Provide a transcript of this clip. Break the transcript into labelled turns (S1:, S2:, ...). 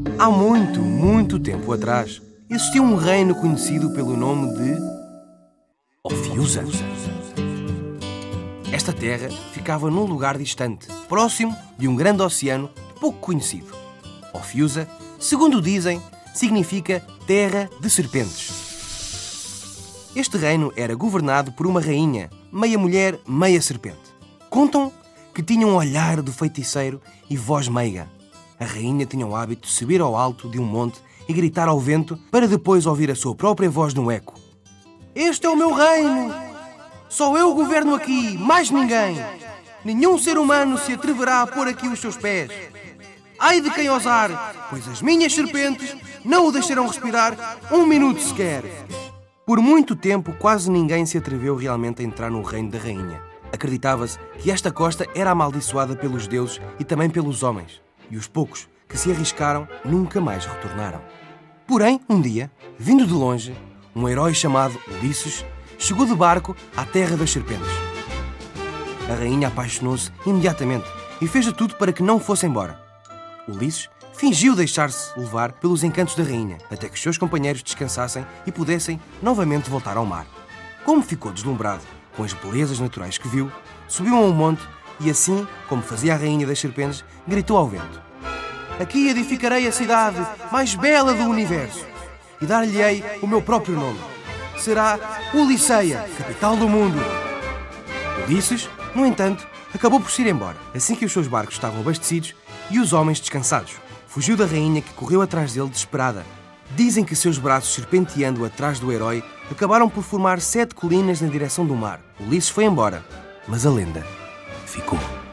S1: Há muito, muito tempo atrás, existia um reino conhecido pelo nome de Ophiusa. Esta terra ficava num lugar distante, próximo de um grande oceano pouco conhecido. Ophiusa, segundo dizem, significa terra de serpentes. Este reino era governado por uma rainha, meia mulher, meia serpente. Contam que tinha um olhar de feiticeiro e voz meiga. A rainha tinha o hábito de subir ao alto de um monte e gritar ao vento para depois ouvir a sua própria voz no eco. Este é o meu reino! Só eu governo aqui, mais ninguém! Nenhum ser humano se atreverá a pôr aqui os seus pés. Ai de quem ousar, pois as minhas serpentes não o deixarão respirar um minuto sequer. Por muito tempo, quase ninguém se atreveu realmente a entrar no reino da rainha. Acreditava-se que esta costa era amaldiçoada pelos deuses e também pelos homens. E os poucos que se arriscaram nunca mais retornaram. Porém, um dia, vindo de longe, um herói chamado Ulisses chegou de barco à terra das serpentes. A rainha apaixonou-se imediatamente e fez de tudo para que não fosse embora. Ulisses fingiu deixar-se levar pelos encantos da rainha, até que os seus companheiros descansassem e pudessem novamente voltar ao mar. Como ficou deslumbrado com as belezas naturais que viu, subiu a um monte e, assim como fazia a rainha das serpentes, gritou ao vento: aqui edificarei a cidade mais bela do universo e dar-lhe-ei o meu próprio nome. Será Ulisseia, capital do mundo. Ulisses, no entanto, acabou por se ir embora, assim que os seus barcos estavam abastecidos e os homens descansados. Fugiu da rainha, que correu atrás dele desesperada. Dizem que seus braços, serpenteando atrás do herói, acabaram por formar 7 colinas na direção do mar. Ulisses foi embora, mas a lenda ficou.